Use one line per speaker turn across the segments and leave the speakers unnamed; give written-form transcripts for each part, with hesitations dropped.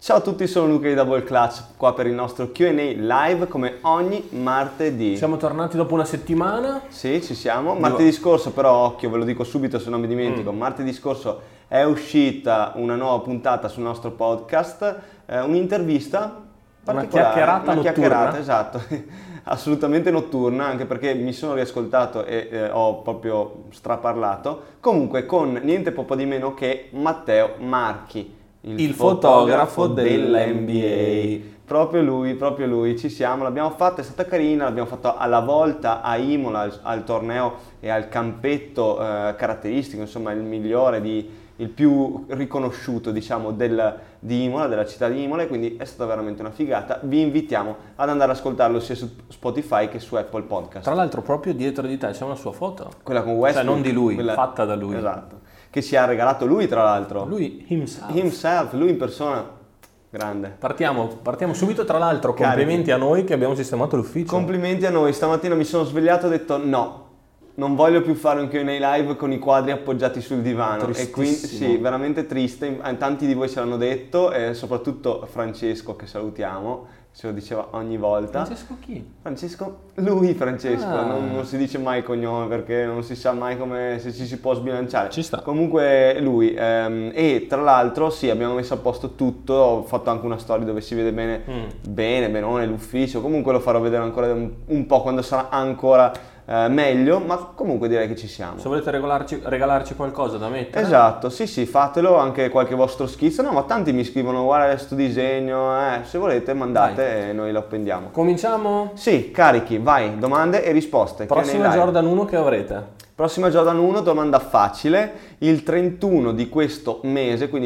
Ciao a tutti, sono Luca di Double Clutch, qua per il nostro Q&A live come ogni martedì.
Siamo tornati dopo una settimana.
Sì, ci siamo. Martedì scorso, però occhio, ve lo dico subito se non mi dimentico, martedì scorso è uscita una nuova puntata sul nostro podcast, un'intervista particolare.
Una chiacchierata,
esatto. Assolutamente notturna, anche perché mi sono riascoltato e ho proprio straparlato. Comunque con niente poco di meno che Matteo Marchi.
Il fotografo dell'NBA.
Proprio lui, ci siamo, l'abbiamo fatta, è stata carina, l'abbiamo fatto alla volta a Imola, al torneo e al campetto caratteristico, insomma il migliore, il più riconosciuto diciamo di Imola, della città di Imola, e quindi è stata veramente una figata. Vi invitiamo ad andare ad ascoltarlo sia su Spotify che su Apple Podcast.
Tra l'altro proprio dietro di te c'è una sua foto.
Quella con Westbrook.
Cioè non di lui, fatta da lui.
Esatto. Che ci ha regalato lui, tra l'altro.
Lui himself.
Lui in persona. Grande.
Partiamo subito, tra l'altro complimenti a noi che abbiamo sistemato l'ufficio.
Complimenti a noi, stamattina mi sono svegliato e ho detto no, non voglio più fare un Q&A live con i quadri appoggiati sul divano. E quindi sì, veramente triste, tanti di voi ce l'hanno detto, e soprattutto Francesco, che salutiamo, ce lo diceva ogni volta.
Francesco chi?
Francesco, non si dice mai il cognome perché non si sa mai se ci si può sbilanciare.
Ci sta.
Comunque lui, e tra l'altro sì, abbiamo messo a posto tutto, ho fatto anche una storia dove si vede benone l'ufficio, comunque lo farò vedere ancora un po' quando sarà ancora meglio, ma comunque direi che ci siamo.
Se volete regalarci qualcosa da mettere.
Esatto, sì, fatelo, anche qualche vostro schizzo. No, ma tanti mi scrivono guarda sto disegno, se volete mandate e noi lo appendiamo.
Cominciamo?
Sì, carichi, vai, domande e risposte.
Prossima Jordan 1 che avrete?
Prossima Jordan 1, domanda facile. Il 31 di questo mese, quindi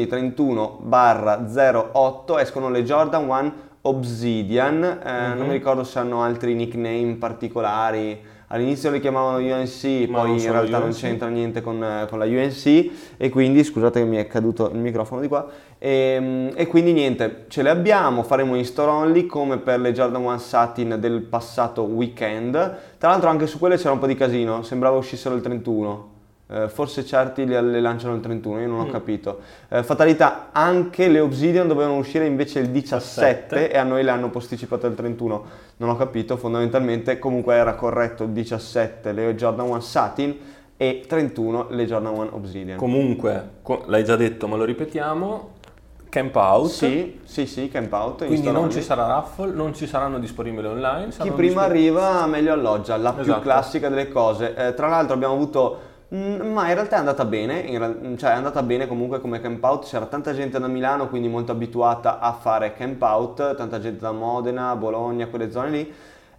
31/08, escono le Jordan 1 Obsidian. Non mi ricordo se hanno altri nickname particolari. All'inizio le chiamavano UNC, poi in realtà non c'entra niente con la UNC, e quindi scusate che mi è caduto il microfono di qua, e quindi niente, ce le abbiamo, faremo in store only come per le Jordan 1 Satin del passato weekend. Tra l'altro anche su quelle c'era un po' di casino, sembrava uscissero il 31. Forse certi le lanciano il 31, io non ho capito. Fatalità, anche le Obsidian dovevano uscire invece il 17 e a noi le hanno posticipato il 31. Non ho capito, fondamentalmente comunque era corretto il 17 le Jordan 1 Satin e 31 le Jordan 1 Obsidian.
Comunque, l'hai già detto ma lo ripetiamo, Camp Out.
Sì, Camp Out.
Quindi non ci sarà raffle, non ci saranno disponibili online.
Chi prima arriva meglio alloggia, la più classica delle cose. Tra l'altro abbiamo avuto... ma in realtà è andata bene, cioè è andata bene comunque come camp out, c'era tanta gente da Milano, quindi molto abituata a fare camp out, tanta gente da Modena, Bologna, quelle zone lì.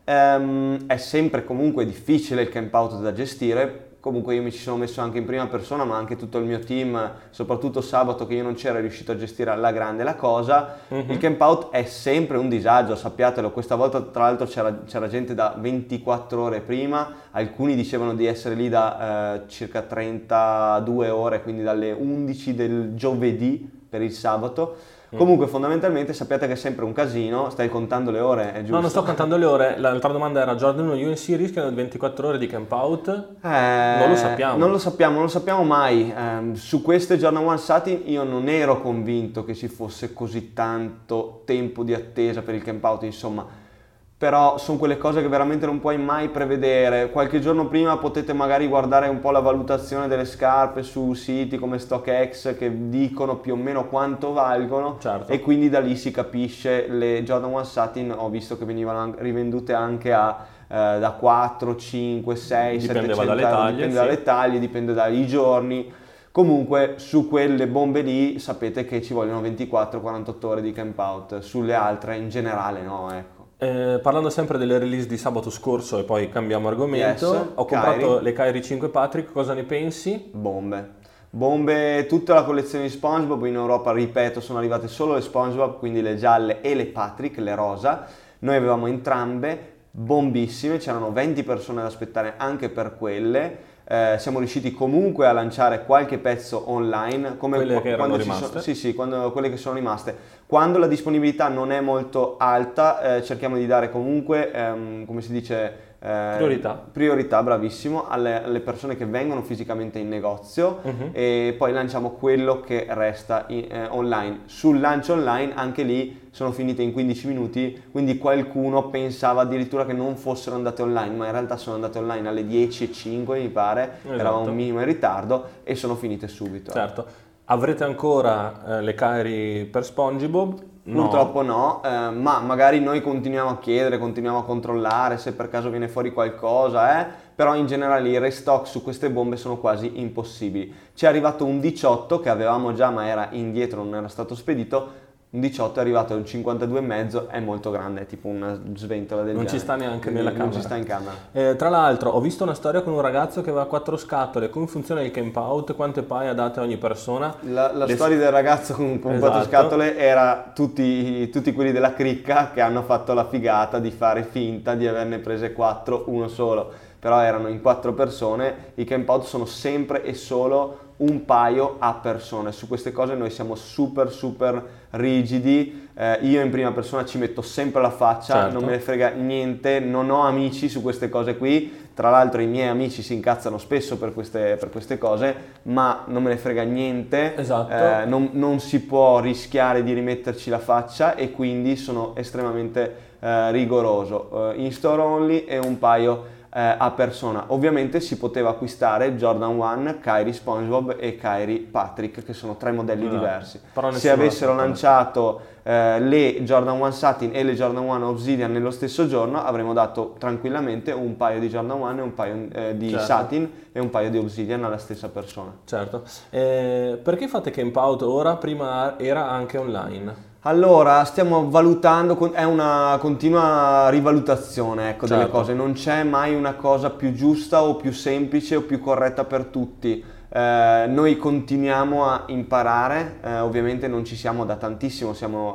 È sempre comunque difficile il camp out da gestire, comunque io mi ci sono messo anche in prima persona, ma anche tutto il mio team, soprattutto sabato che io non c'ero, è riuscito a gestire alla grande la cosa. Il camp out è sempre un disagio, sappiatelo. Questa volta tra l'altro c'era gente da 24 ore prima, alcuni dicevano di essere lì da circa 32 ore, quindi dalle 11 del giovedì per il sabato. Comunque fondamentalmente sappiate che è sempre un casino. Stai contando le ore, è giusto?
No, non sto contando le ore. L'altra domanda era Jordan 1 UNC rischiano 24 ore di camp out? Non lo sappiamo.
Non lo sappiamo mai. Su queste Jordan 1 Satin io non ero convinto che ci fosse così tanto tempo di attesa per il camp out, insomma. Però sono quelle cose che veramente non puoi mai prevedere. Qualche giorno prima potete magari guardare un po' la valutazione delle scarpe su siti come StockX che dicono più o meno quanto valgono, e quindi da lì si capisce. Le Jordan 1 Satin ho visto che venivano rivendute anche da 4, 5, 6, 700 euro, dipende dalle taglie, dipende dai giorni. Comunque su quelle bombe lì sapete che ci vogliono 24-48 ore di camp out, sulle altre in generale no, ecco.
Parlando sempre delle release di sabato scorso e poi cambiamo argomento, ho comprato le Kyrie 5 Patrick, cosa ne pensi?
Bombe, tutta la collezione di SpongeBob. In Europa, ripeto, sono arrivate solo le SpongeBob, quindi le gialle e le Patrick, le rosa. Noi avevamo entrambe, bombissime, c'erano 20 persone ad aspettare anche per quelle. Siamo riusciti comunque a lanciare qualche pezzo online, come
quelle che erano rimaste.
Quelle che sono rimaste. Quando la disponibilità non è molto alta, cerchiamo di dare comunque, come si dice, priorità, bravissimo, alle persone che vengono fisicamente in negozio e poi lanciamo quello che resta online. Sul lancio online anche lì sono finite in 15 minuti, quindi qualcuno pensava addirittura che non fossero andate online, ma in realtà sono andate online alle 10:05 mi pare, eravamo un minimo in ritardo e sono finite subito.
Certo. Avrete ancora le Kairi per SpongeBob?
No. Purtroppo no, ma magari noi continuiamo a chiedere, continuiamo a controllare se per caso viene fuori qualcosa, però in generale i restock su queste bombe sono quasi impossibili. Ci è arrivato un 18 che avevamo già ma era indietro, non era stato spedito. Un 18 è arrivato, un 52,5 è molto grande, è tipo una sventola del genere.
Non ci sta neanche nella camera.
Non ci sta in camera.
Tra l'altro ho visto una storia con un ragazzo che aveva 4 scatole. Come funziona il camp out? Quante paia date a ogni persona?
La storia del ragazzo con 4 scatole era tutti quelli della cricca che hanno fatto la figata di fare finta di averne prese 4, uno solo. Però erano in 4 persone. I camp out sono sempre e solo un paio a persone. Su queste cose noi siamo super rigidi. Io in prima persona ci metto sempre la faccia, certo. Non me ne frega niente, non ho amici su queste cose qui. Tra l'altro i miei amici si incazzano spesso per queste cose, ma non me ne frega niente.
Esatto.
Non si può rischiare di rimetterci la faccia e quindi sono estremamente rigoroso. In store only e un paio a persona. Ovviamente si poteva acquistare Jordan 1, Kairi SpongeBob e Kairi Patrick, che sono 3 modelli diversi. Se avessero lanciato le Jordan 1 Satin e le Jordan 1 Obsidian nello stesso giorno, avremmo dato tranquillamente un paio di Jordan 1 e un paio di Satin e un paio di Obsidian alla stessa persona.
Certo. Perché fate camp out ora? Prima era anche online.
Allora, stiamo valutando, è una continua rivalutazione,
certo.
Delle cose, non c'è mai una cosa più giusta o più semplice o più corretta per tutti. Noi continuiamo a imparare, ovviamente non ci siamo da tantissimo, siamo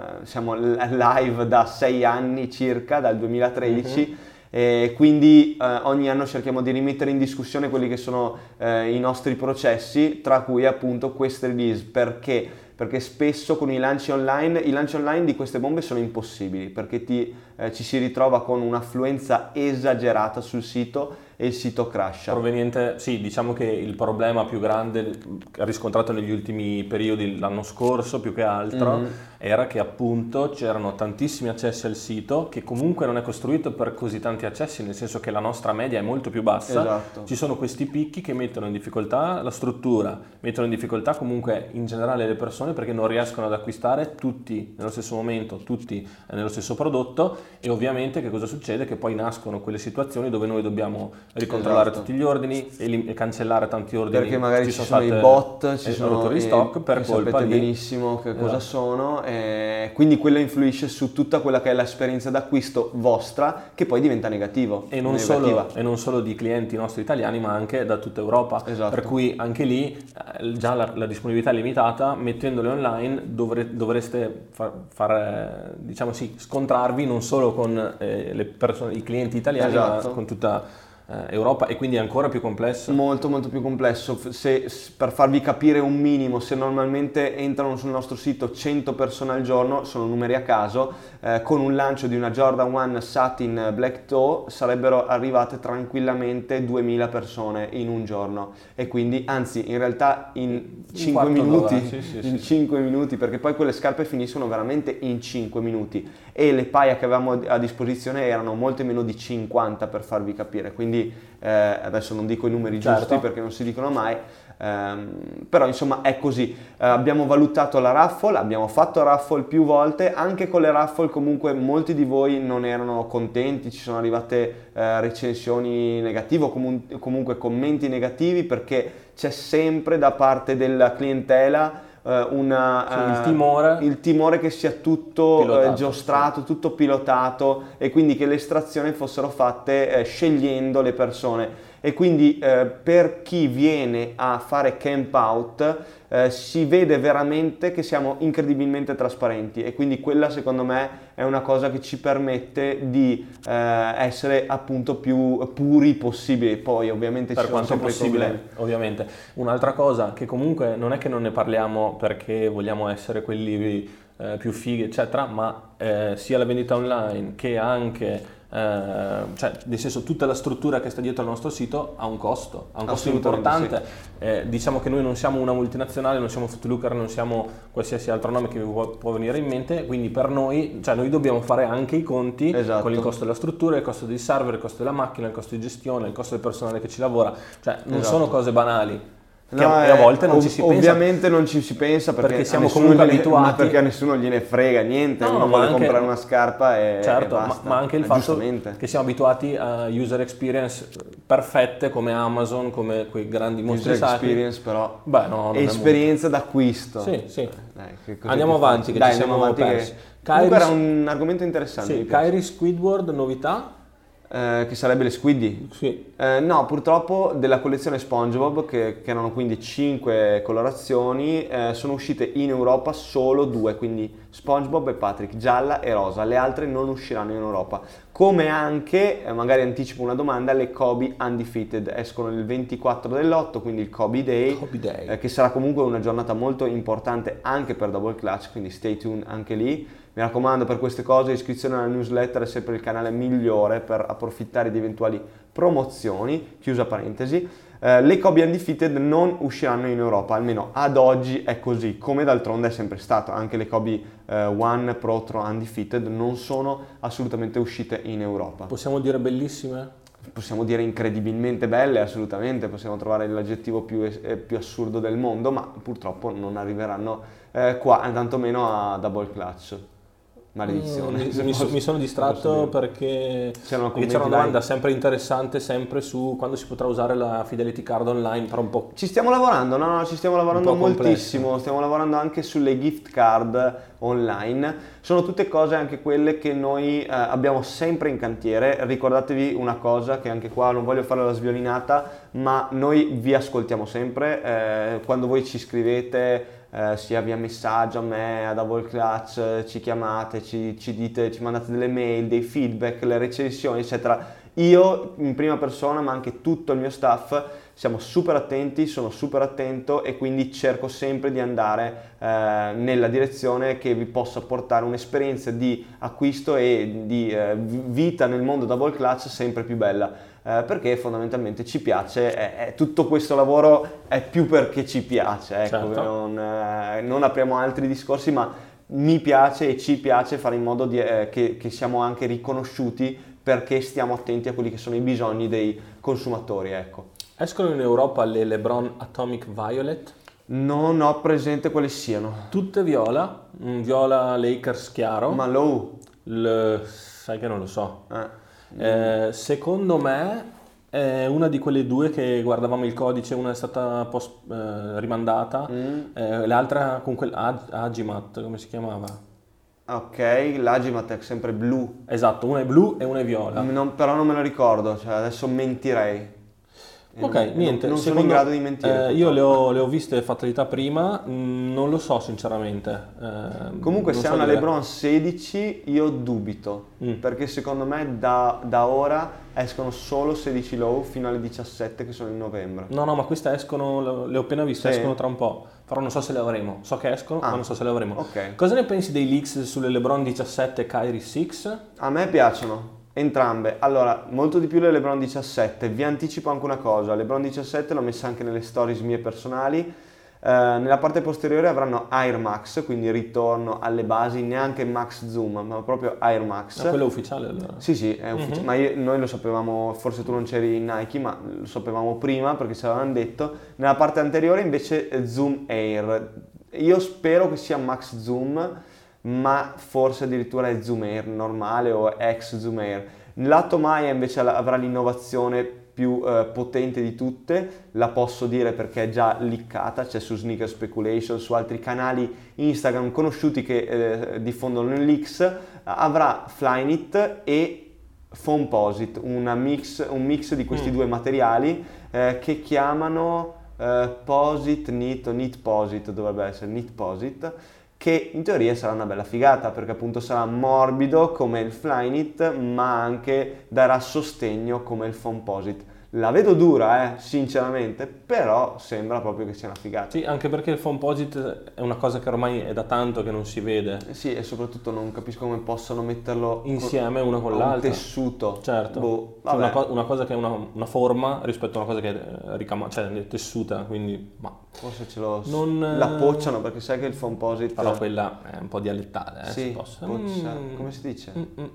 live da 6 anni circa, dal 2013. E quindi ogni anno cerchiamo di rimettere in discussione quelli che sono i nostri processi, tra cui appunto queste release. Perché spesso con i lanci online di queste bombe sono impossibili, perché ci si ritrova con un'affluenza esagerata sul sito e il sito crasha.
Sì, diciamo che il problema più grande riscontrato negli ultimi periodi, l'anno scorso più che altro, era che appunto c'erano tantissimi accessi al sito, che comunque non è costruito per così tanti accessi, nel senso che la nostra media è molto più bassa.
Esatto.
Ci sono questi picchi che mettono in difficoltà la struttura, mettono in difficoltà comunque in generale le persone, perché non riescono ad acquistare tutti nello stesso momento, tutti nello stesso prodotto, e ovviamente che cosa succede? Che poi nascono quelle situazioni dove noi dobbiamo ricontrollare tutti gli ordini e cancellare tanti ordini,
perché magari ci sono i bot, ci sono
rottori stock per colpa
sapete benissimo che cosa sono, e quindi quello influisce su tutta quella che è l'esperienza d'acquisto vostra, che poi diventa negativo
e non solo di clienti nostri italiani, ma anche da tutta Europa.
Esatto.
Per cui anche lì già la disponibilità è limitata. Mettendole online dovreste diciamo sì, scontrarvi non solo con le persone, i clienti italiani,
esatto.
ma con tutta Europa, e quindi è ancora più complesso.
Molto più complesso. Per farvi capire un minimo, se normalmente entrano sul nostro sito 100 persone al giorno, sono numeri a caso, con un lancio di una Jordan 1 Satin Black Toe sarebbero arrivate tranquillamente 2000 persone in un giorno, e quindi anzi in realtà in 5 minuti, 5 minuti, perché poi quelle scarpe finiscono veramente in 5 minuti e le paia che avevamo a disposizione erano molte meno di 50, per farvi capire. Quindi adesso non dico i numeri giusti perché non si dicono mai, però insomma è così. Abbiamo valutato la raffle, abbiamo fatto raffle più volte, anche con le raffle comunque molti di voi non erano contenti, ci sono arrivate recensioni negative o comunque commenti negativi, perché c'è sempre da parte della clientela il timore che sia tutto giostrato, tutto pilotato, e quindi che le estrazioni fossero fatte scegliendo le persone. E quindi per chi viene a fare camp out si vede veramente che siamo incredibilmente trasparenti, e quindi quella secondo me è una cosa che ci permette di essere appunto più puri possibile. Poi ovviamente ci sono sempre problemi.
Ovviamente. Un'altra cosa che comunque non è che non ne parliamo perché vogliamo essere quelli più fighi eccetera, ma sia la vendita online che anche cioè nel senso tutta la struttura che sta dietro al nostro sito ha un costo importante. Diciamo che noi non siamo una multinazionale, non siamo Footlooker, non siamo qualsiasi altro nome che vi può venire in mente, quindi per noi, cioè noi dobbiamo fare anche i conti con il costo della struttura, il costo dei server, il costo della macchina, il costo di gestione, il costo del personale che ci lavora, cioè non sono cose banali. Che a volte non ci si pensa.
Ovviamente non ci si pensa perché
siamo comunque abituati.
Ma perché a nessuno gliene frega niente, uno vuole comprare una scarpa e basta.
Ma anche il fatto che siamo abituati a user experience perfette come Amazon, come quei grandi mostri
sacri. User experience però esperienza d'acquisto.
Sì. Andiamo avanti che ci siamo persi.
Comunque era un argomento interessante.
Sì, Kyrie Squidward, novità?
Che sarebbe le Squiddy?
Sì.
No, purtroppo della collezione SpongeBob, che erano quindi 5 colorazioni, sono uscite in Europa solo 2, quindi SpongeBob e Patrick, gialla e rosa. Le altre non usciranno in Europa. Come anche, magari anticipo una domanda, le Kobe Undefeated escono il 24 dell'8, quindi il Kobe Day. Che sarà comunque una giornata molto importante anche per Double Clutch, quindi stay tuned anche lì. Mi raccomando, per queste cose iscrizione alla newsletter è sempre il canale migliore per approfittare di eventuali promozioni, chiusa parentesi. Le Kobe Undefeated non usciranno in Europa, almeno ad oggi è così, come d'altronde è sempre stato. Anche le Kobe One Pro Undefeated non sono assolutamente uscite in Europa.
Possiamo dire bellissime?
Possiamo dire incredibilmente belle, assolutamente, possiamo trovare l'aggettivo più assurdo del mondo, ma purtroppo non arriveranno qua, tantomeno a Double Clutch. Maledizione.
Mi sono distratto perché c'era una domanda sempre interessante, sempre su quando si potrà usare la Fidelity Card online, però un po'.
Ci stiamo lavorando, ci stiamo lavorando moltissimo, stiamo lavorando anche sulle gift card online. Sono tutte cose anche quelle che noi abbiamo sempre in cantiere. Ricordatevi una cosa, che anche qua non voglio fare la sviolinata, ma noi vi ascoltiamo sempre, quando voi ci scrivete sia via messaggio a me, a Double Clutch, ci chiamate, ci dite, ci mandate delle mail, dei feedback, le recensioni eccetera. Io in prima persona, ma anche tutto il mio staff, siamo super attenti, sono super attento e quindi cerco sempre di andare nella direzione che vi possa portare un'esperienza di acquisto e di vita nel mondo Double Clutch sempre più bella. Perché fondamentalmente ci piace, tutto questo lavoro è più perché ci piace, ecco, certo. Non apriamo altri discorsi, ma mi piace e ci piace fare in modo che siamo anche riconosciuti perché stiamo attenti a quelli che sono i bisogni dei consumatori, ecco.
Escono in Europa le LeBron Atomic Violet?
Non ho presente quali siano.
Tutte viola, un viola Lakers chiaro.
Ma
sai che non lo so. Secondo me è una di quelle due che guardavamo il codice, una è stata rimandata, l'altra con quel Agimat, come si chiamava?
Ok, l'Agimat è sempre blu.
Esatto, una è blu e una è viola.
Però non me lo ricordo, cioè adesso mentirei.
Ok, niente.
Non sono in grado di mentire.
Io le ho viste fatalità prima, non lo so sinceramente.
Comunque se è una LeBron 16 io dubito, perché secondo me da ora escono solo 16 low fino alle 17 che sono in novembre.
No, ma queste escono, le ho appena viste, escono tra un po'. Però non so se le avremo. So che escono, ma non so se le avremo.
Okay.
Cosa ne pensi dei leaks sulle LeBron 17 e Kyrie 6?
A me piacciono. Entrambe. Allora, molto di più le LeBron 17. Vi anticipo anche una cosa, LeBron 17 l'ho messa anche nelle stories mie personali. Nella parte posteriore avranno Air Max, quindi ritorno alle basi, neanche Max Zoom, ma proprio Air Max.
Quello è ufficiale allora?
Sì, è ufficiale, ma noi lo sapevamo, forse tu non c'eri in Nike, ma lo sapevamo prima perché ce l'avevano detto. Nella parte anteriore invece Zoom Air. Io spero che sia Max Zoom, ma forse addirittura è Zoom Air normale o ex Zoom Air. La tomaia invece avrà l'innovazione più potente di tutte, la posso dire perché è già leakata, c'è su Sneaker Speculation, su altri canali Instagram conosciuti che diffondono i leaks. Avrà Flyknit e Foamposite, un mix di questi due materiali che chiamano Posit Knit o Knit Posit, dovrebbe essere Knit Posit, che in teoria sarà una bella figata perché appunto sarà morbido come il Flyknit ma anche darà sostegno come il Foamposite. La vedo dura sinceramente, però sembra proprio che sia una figata.
Sì, anche perché il Foamposite è una cosa che ormai è da tanto che non si vede.
Sì, e soprattutto non capisco come possono metterlo
insieme una con
a
l'altra.
un tessuto.
Certo. Cioè una cosa che è una forma rispetto a una cosa che è tessuta, quindi
forse
non
la pocciano, perché sai che il Foamposite...
Però quella è un po' dialettale,
sì,
se posso.
come si dice?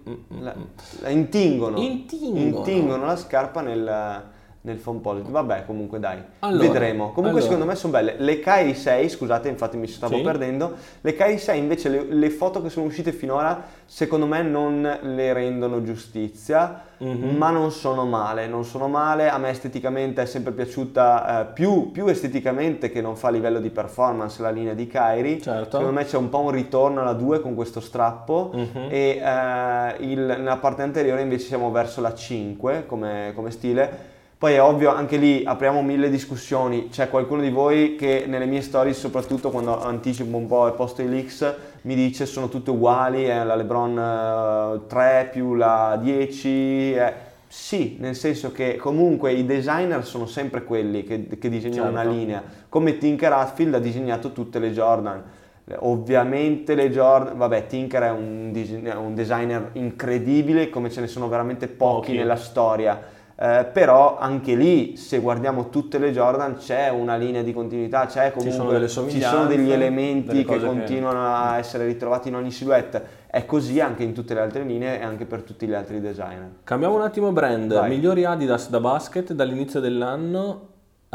La intingono la scarpa nel Foamposite. Vabbè, comunque dai, vedremo. Comunque secondo me sono belle. Le Kairi 6, scusate, infatti mi stavo perdendo. Le Kairi 6 invece, le foto che sono uscite finora, secondo me non le rendono giustizia, ma non sono male. A me esteticamente è sempre piaciuta più esteticamente che non fa a livello di performance la linea di Kairi.
Certo.
Secondo me c'è un po' un ritorno alla 2 con questo strappo e nella parte anteriore invece siamo verso la 5 come stile. Poi è ovvio, anche lì apriamo 1000 discussioni, c'è qualcuno di voi che nelle mie stories, soprattutto quando anticipo un po' e posto i leaks, mi dice sono tutte uguali, la LeBron 3 più la 10, sì, nel senso che comunque i designer sono sempre quelli che disegnano una linea, come Tinker Hatfield ha disegnato tutte le Jordan. Ovviamente le Jordan, vabbè, Tinker è un designer incredibile, come ce ne sono veramente pochi nella storia. Però anche lì, se guardiamo tutte le Jordan, c'è una linea di continuità, ci sono degli elementi che continuano a essere ritrovati in ogni silhouette. È così anche in tutte le altre linee e anche per tutti gli altri designer.
Cambiamo un attimo brand. Vai. Migliori Adidas da basket dall'inizio dell'anno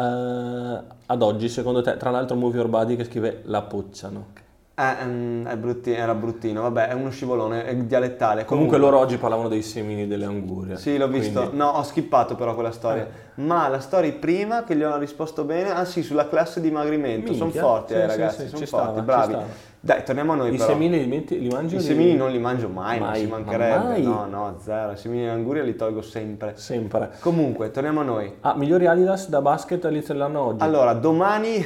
ad oggi, secondo te? Tra l'altro Move Your Body che scrive la pocciano.
Era bruttino, vabbè, è uno scivolone, è dialettale.
Comunque loro oggi parlavano dei semini delle angurie.
Sì, l'ho visto. Quindi... No, ho skippato però quella storia. Ma la storia prima che gli ho risposto bene, sì, sulla classe dimagrimento. Sono forti, ragazzi, sono forti, bravi. Dai, torniamo a noi.
I
però.
semini li mangi?
I semini non li mangio mai, ma ci mancherebbe. No, zero. I semini di anguria li tolgo sempre. Comunque, torniamo a noi.
Migliori Adidas da basket all'inizio dell'anno oggi.
Allora, domani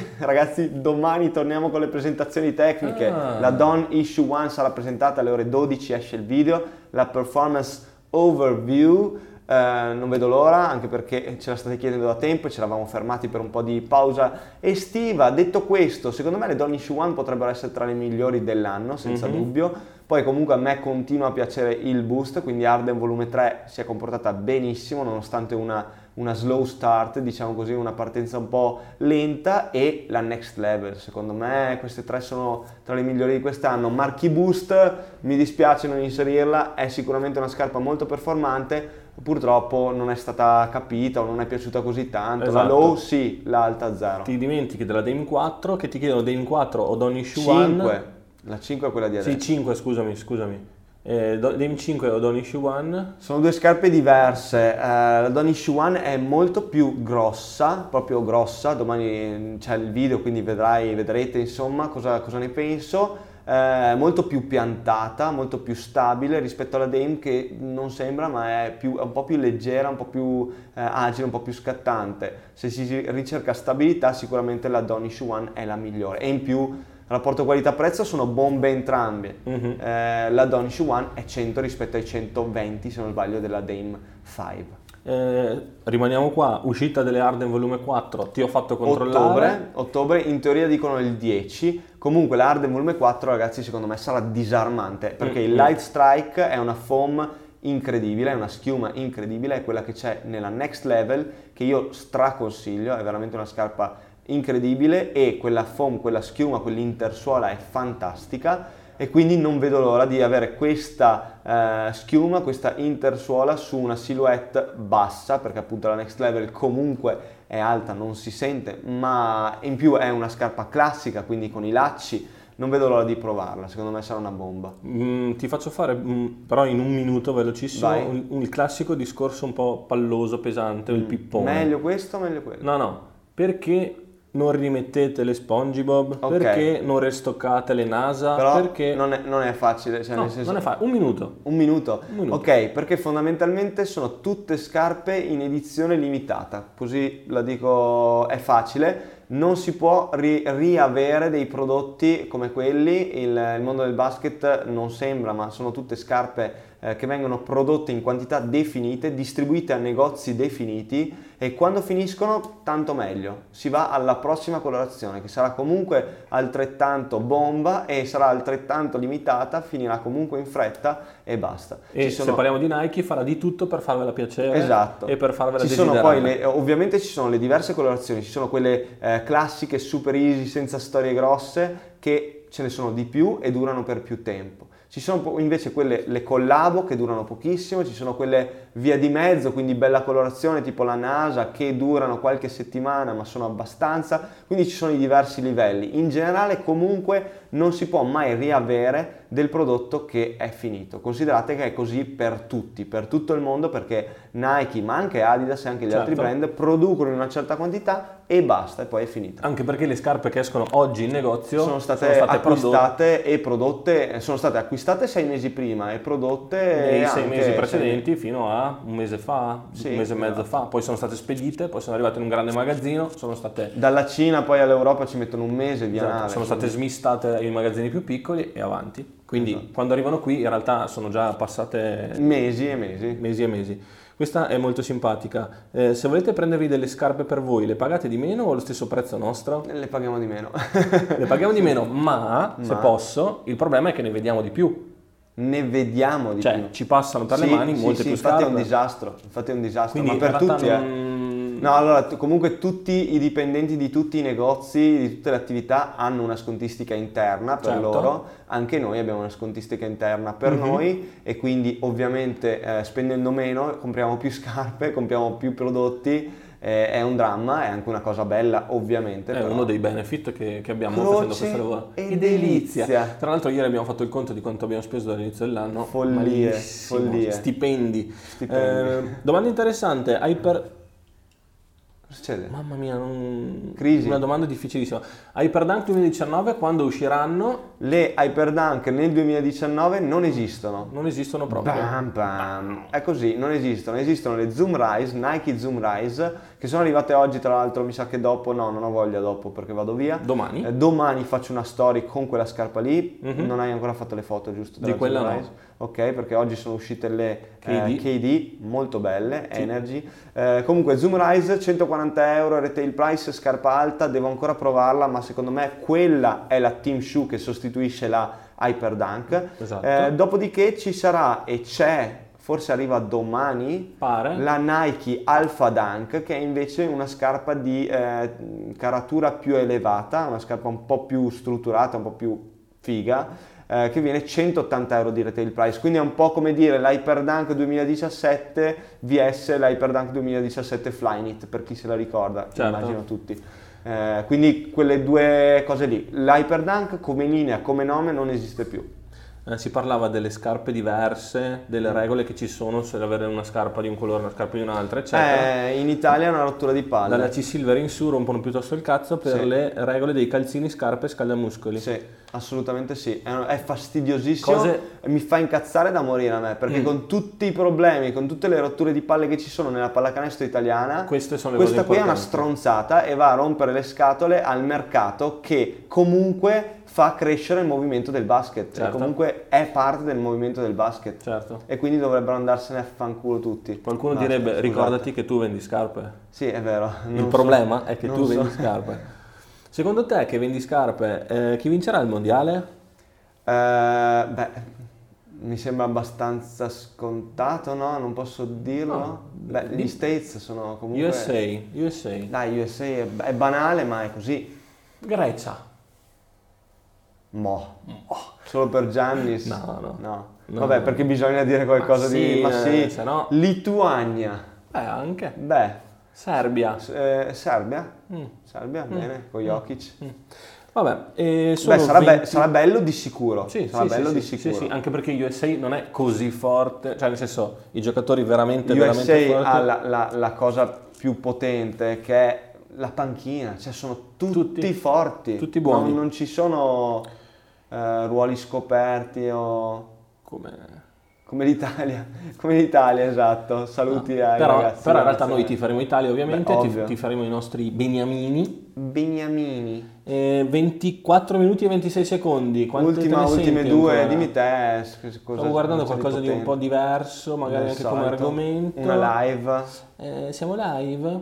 torniamo con le presentazioni tecniche. La Dawn Issue 1 sarà presentata alle ore 12, esce il video. La Performance Overview. Non vedo l'ora, anche perché ce la state chiedendo da tempo e ci eravamo fermati per un po' di pausa estiva. Detto questo, secondo me le Dawn Issue 1 potrebbero essere tra le migliori dell'anno, senza dubbio. Poi comunque a me continua a piacere il Boost, quindi Arden volume 3 si è comportata benissimo nonostante una slow start, diciamo così, una partenza un po' lenta, e la Next Level. Secondo me queste tre sono tra le migliori di quest'anno. Marchi Boost, mi dispiace non inserirla, è sicuramente una scarpa molto performante, purtroppo non è stata capita o non è piaciuta così tanto. La low sì, l'alta 0.
Ti dimentichi della Dame 4, che ti chiedono Dame 4 o Dawn Issue 1.
La 5 è quella di adesso.
Sì, 5, scusami. Dame 5 o Dawn Issue 1?
Sono due scarpe diverse. La Dawn Issue 1 è molto più grossa, proprio grossa. Domani c'è il video, quindi vedrete insomma cosa ne penso. Molto più piantata, molto più stabile rispetto alla Dame, che non sembra, ma è un po' più leggera, un po' più agile, un po' più scattante. Se si ricerca stabilità, sicuramente la Dawn Issue 1 è la migliore, e in più rapporto qualità-prezzo sono bombe entrambe. La Dawn Issue 1 è 100 rispetto ai 120, se non sbaglio, della Dame 5.
Rimaniamo qua, uscita delle Arden volume 4, ti ho fatto controllare.
Ottobre, in teoria dicono il 10. Comunque la Arden volume 4, ragazzi, secondo me sarà disarmante, perché il Light Strike è una foam incredibile, è una schiuma incredibile, è quella che c'è nella Next Level, che io straconsiglio, è veramente una scarpa incredibile, e quella foam, quella schiuma, quell'intersuola è fantastica, e quindi non vedo l'ora di avere questa schiuma, questa intersuola su una silhouette bassa, perché appunto la Next Level comunque è alta, non si sente, ma in più è una scarpa classica, quindi con i lacci. Non vedo l'ora di provarla, secondo me sarà una bomba.
Ti faccio fare però in un minuto velocissimo il classico discorso un po' palloso, pesante, il pippone.
Meglio questo o meglio quello?
No, perché non rimettete le SpongeBob? Okay. Perché non restoccate le NASA?
Però
perché
non è facile, cioè
nel senso... non è facile. Un minuto.
Ok, perché fondamentalmente sono tutte scarpe in edizione limitata, così la dico, è facile. Non si può riavere dei prodotti come quelli, il mondo del basket non sembra, ma sono tutte scarpe che vengono prodotte in quantità definite, distribuite a negozi definiti, e quando finiscono tanto meglio, si va alla prossima colorazione che sarà comunque altrettanto bomba e sarà altrettanto limitata, finirà comunque in fretta e basta.
E se parliamo di Nike, farà di tutto per farvela piacere,
esatto,
e per farvela
ci
desiderare.
sono poi ovviamente ci sono le diverse colorazioni, ci sono quelle classiche super easy senza storie grosse, che ce ne sono di più e durano per più tempo. Ci sono invece le collabo che durano pochissimo, ci sono quelle via di mezzo, quindi bella colorazione tipo la NASA, che durano qualche settimana ma sono abbastanza, quindi ci sono i diversi livelli. In generale comunque non si può mai riavere del prodotto che è finito. Considerate che è così per tutti, per tutto il mondo, perché Nike ma anche Adidas e anche gli altri brand producono in una certa quantità e basta, e poi è finita.
Anche perché le scarpe che escono oggi in negozio
sono state acquistate e prodotte, sono state acquistate 6 mesi prima e prodotte
nei 6 mesi precedenti fino a un mese fa,
sì,
un mese e mezzo fa, poi sono state spedite, poi sono arrivate in un grande magazzino, sono state
dalla Cina poi all'Europa ci mettono un mese via nave,
sono state smistate in magazzini più piccoli e avanti. Quindi quando arrivano qui in realtà sono già passate
mesi e mesi.
Questa è molto simpatica. Se volete prendervi delle scarpe per voi, le pagate di meno o allo stesso prezzo nostro?
Le paghiamo di meno.
Le paghiamo di meno, ma se posso, il problema è che ne vediamo di più.
Ne vediamo di più.
Ci passano per le mani molte più scarpe.
Infatti è un disastro,
quindi
ma per tutti No, allora comunque tutti i dipendenti di tutti i negozi, di tutte le attività hanno una scontistica interna per loro, anche noi abbiamo una scontistica interna per noi, e quindi ovviamente spendendo meno compriamo più scarpe, compriamo più prodotti. È un dramma, è anche una cosa bella ovviamente.
È
però
uno dei benefit che abbiamo facendo questo lavoro.
E delizia.
Tra l'altro ieri abbiamo fatto il conto di quanto abbiamo speso dall'inizio dell'anno.
Follie.
Stipendi. Domanda interessante,
Cosa succede?
Mamma mia,
Crisi.
Una domanda difficilissima. Hyperdunk 2019 quando usciranno?
Le Hyperdunk nel 2019 non esistono.
Non esistono proprio.
Bam, bam. È così, non esistono. Esistono le Zoom Rise, Nike Zoom Rise, che sono arrivate oggi, tra l'altro mi sa che dopo, no, non ho voglia dopo perché vado via.
Domani?
Domani faccio una story con quella scarpa lì. Non hai ancora fatto le foto, giusto?
Di quella
Zoom
no.
Rise? Ok, perché oggi sono uscite le
KD,
KD molto belle, sì. Energy. Comunque Zoom Rise, 140 euro retail price, scarpa alta, devo ancora provarla, ma secondo me quella è la team shoe che sostituisce la Hyperdunk.
Esatto.
Dopodiché ci sarà e c'è, forse arriva domani,
pare,
la Nike Alpha Dunk, che è invece una scarpa di caratura più elevata, una scarpa un po' più strutturata, un po' più figa, che viene 180 euro di retail price, quindi è un po' come dire l'Hyperdunk 2017 vs l'Hyperdunk 2017 Flyknit, per chi se la ricorda, immagino tutti. Quindi quelle due cose lì, l'Hyperdunk come linea, come nome non esiste più.
Si parlava delle scarpe diverse, delle regole che ci sono, se avere una scarpa di un colore, una scarpa di un'altra, eccetera.
In Italia è una rottura di palle.
Dalla C-Silver in su rompono piuttosto il cazzo per le regole dei calzini, scarpe e scaldamuscoli.
Sì, assolutamente sì. È fastidiosissimo, mi fa incazzare da morire a me, perché con tutti i problemi, con tutte le rotture di palle che ci sono nella pallacanestro italiana,
questa
qui è una stronzata e va a rompere le scatole al mercato che comunque fa crescere il movimento del basket,
certo.
E comunque è parte del movimento del basket,
certo.
E quindi dovrebbero andarsene a fanculo tutti.
Qualcuno direbbe, ricordati che tu vendi scarpe.
Sì, è vero.
Il problema è che tu vendi scarpe. Secondo te, che vendi scarpe, chi vincerà il mondiale?
Mi sembra abbastanza scontato, no? Non posso dirlo.
No.
Gli States sono comunque...
USA.
Dai, USA è banale, ma è così.
Grecia.
Solo per Giannis?
No.
Vabbè, perché bisogna dire qualcosa di... Ma sì,
se no...
Lituania.
Anche.
Serbia. Serbia, bene, con Jokic.
Vabbè,
sarà bello di sicuro.
Sì, anche perché USA non è così forte, cioè nel senso, i giocatori veramente forti.
USA ha la cosa più potente, che è la panchina, cioè sono tutti forti.
Tutti buoni.
Non ci sono ruoli scoperti o...
Come...
Come l'Italia, esatto. Saluti ai ragazzi.
Però in realtà noi tiferemo Italia ovviamente,
Beh,
tiferemo i nostri beniamini.
Beniamini.
24 minuti e 26 secondi.
Ultime due, ancora? Dimmi te cosa.
Stavo guardando qualcosa di un po' diverso, magari anche come argomento.
Una live.
Siamo live?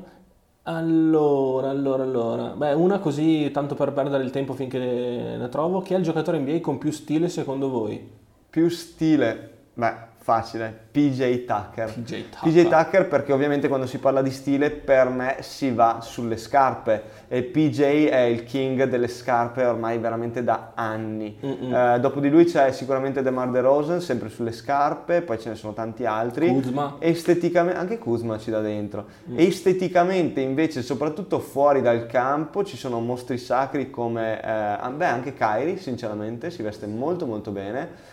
Allora. Beh, una così, tanto per perdere il tempo finché ne trovo. Chi è il giocatore NBA con più stile secondo voi?
Più stile? Beh, facile, PJ Tucker.
PJ
Tucker perché ovviamente quando si parla di stile per me si va sulle scarpe e PJ è il king delle scarpe ormai veramente da anni. Dopo di lui c'è sicuramente DeMar DeRozan sempre sulle scarpe, poi ce ne sono tanti altri.
Kuzma.
Esteticamente, anche Kuzma ci dà dentro. Esteticamente invece soprattutto fuori dal campo ci sono mostri sacri come anche Kyrie sinceramente si veste molto molto bene.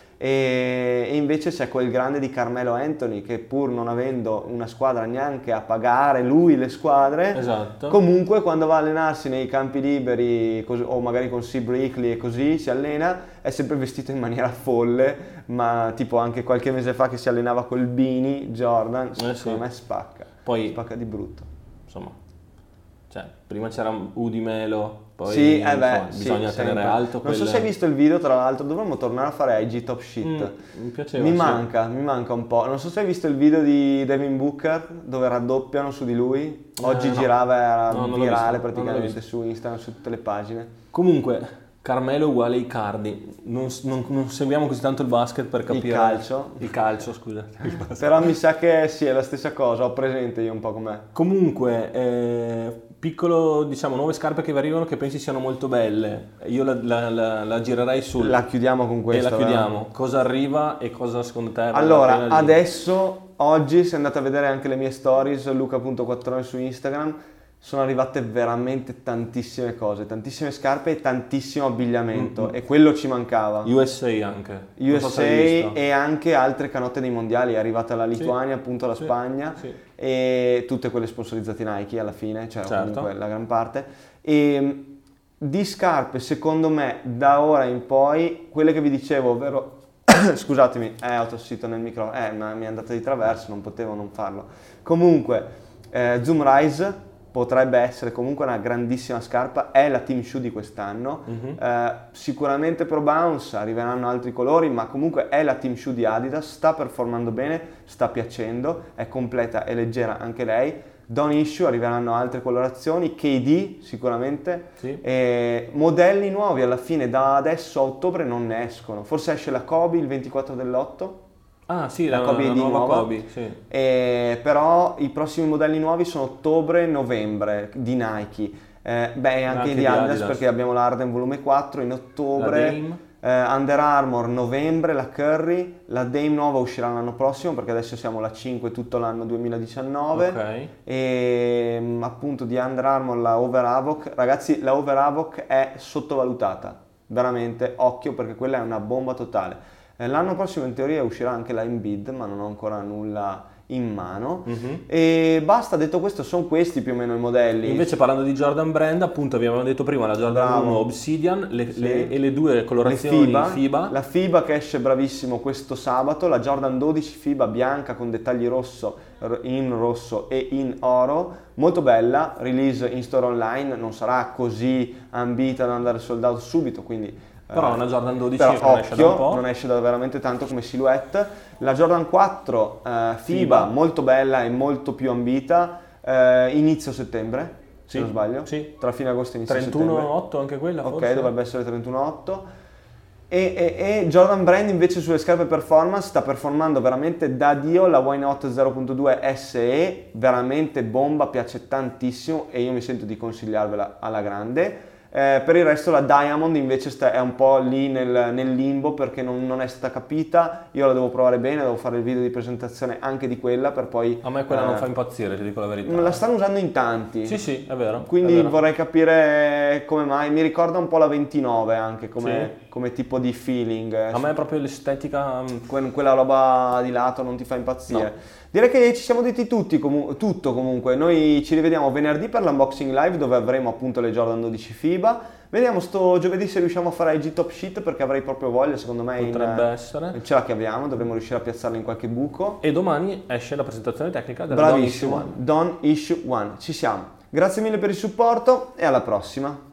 E invece c'è quel grande di Carmelo Anthony che pur non avendo una squadra neanche a pagare lui le squadre,
esatto,
comunque quando va a allenarsi nei campi liberi o magari con Steve Brickley e così si allena, è sempre vestito in maniera folle, ma tipo anche qualche mese fa che si allenava col beanie Jordan, secondo me spacca di brutto.
Insomma, cioè, prima c'era Udimelo, poi
sì,
bisogna tenere alto.
Non so se hai visto il video, tra l'altro, dovremmo tornare a fare IG Top Shit.
Mi piaceva.
Mi manca un po'. Non so se hai visto il video di Devin Booker dove raddoppiano su di lui. Oggi girava, era virale praticamente su Instagram, su tutte le pagine.
Comunque, Carmelo uguale Icardi. Non seguiamo così tanto il basket per capire. Il calcio, scusa.
Però mi sa che sì, è la stessa cosa, ho presente io un po' com'è.
Comunque, piccolo, diciamo, nuove scarpe che vi arrivano che pensi siano molto belle. Io la girerei
La chiudiamo con questa.
E la chiudiamo. Cosa arriva e cosa secondo te?
Allora, adesso, oggi, se andate a vedere anche le mie stories, luca.quattrone su Instagram, sono arrivate veramente tantissime cose, tantissime scarpe e tantissimo abbigliamento e quello ci mancava.
USA anche.
USA e anche altre canotte dei mondiali, è arrivata la Lituania, appunto la Spagna e tutte quelle sponsorizzate Nike alla fine, cioè comunque la gran parte. E di scarpe secondo me da ora in poi, quelle che vi dicevo, ovvero scusatemi, ho tossito nel microfono, ma mi è andata di traverso, non potevo non farlo. Comunque, Zoom Rise potrebbe essere comunque una grandissima scarpa, è la team shoe di quest'anno. Sicuramente Pro Bounce, arriveranno altri colori, ma comunque è la team shoe di Adidas, sta performando bene, sta piacendo, è completa e leggera anche lei. Don't Issue, arriveranno altre colorazioni, KD sicuramente, modelli nuovi alla fine da adesso a ottobre non ne escono, forse esce la Kobe il 24 dell'8.
Ah sì, la Kobe nuova Kobe, sì.
Però i prossimi modelli nuovi sono ottobre-novembre di Nike, anche di Adidas perché abbiamo la Harden volume 4 in ottobre, Under Armour novembre, la Curry, la Dame nuova uscirà l'anno prossimo perché adesso siamo la 5 tutto l'anno 2019 e appunto di Under Armour la Over Havoc. Ragazzi, la Over Havoc è sottovalutata, veramente, occhio perché quella è una bomba totale. L'anno prossimo in teoria uscirà anche la Embiid, ma non ho ancora nulla in mano. E basta, detto questo, sono questi più o meno i modelli.
Invece parlando di Jordan Brand, appunto abbiamo detto prima la Jordan 1 Obsidian e le due colorazioni FIBA.
La FIBA che esce bravissimo questo sabato, la Jordan 12 FIBA bianca con dettagli in rosso e in oro, molto bella, release in store online, non sarà così ambita da andare sold out subito, quindi
però una Jordan 12
non esce da un po'. Non esce da veramente tanto come silhouette. La Jordan 4 FIBA molto bella e molto più ambita, inizio settembre, se non sbaglio, tra fine agosto e inizio settembre.
31,8 anche quella forse?
Ok, dovrebbe essere 31,8. E Jordan Brand invece sulle scarpe performance sta performando veramente da Dio. La Why Not 0.2 SE, veramente bomba, piace tantissimo e io mi sento di consigliarvela alla grande. Per il resto la Diamond invece è un po' lì nel limbo perché non è stata capita, io la devo provare bene, devo fare il video di presentazione anche di quella per poi...
A me quella non fa impazzire, ti dico la verità.
La stanno usando in tanti.
Sì, è vero.
Quindi vorrei capire come mai, mi ricorda un po' la 29 anche come come tipo di feeling.
A me è proprio l'estetica...
Quella roba di lato non ti fa impazzire.
No.
Direi che ci siamo detti tutto comunque. Noi ci rivediamo venerdì per l'unboxing live dove avremo appunto le Jordan 12 FIBA. Vediamo sto giovedì se riusciamo a fare IG Top Sheet perché avrei proprio voglia, secondo me
potrebbe essere.
Ce la chiaviamo, dovremmo riuscire a piazzarla in qualche buco.
E domani esce la presentazione tecnica della
Bravissimo, Dawn Issue 1. Ci siamo. Grazie mille per il supporto e alla prossima.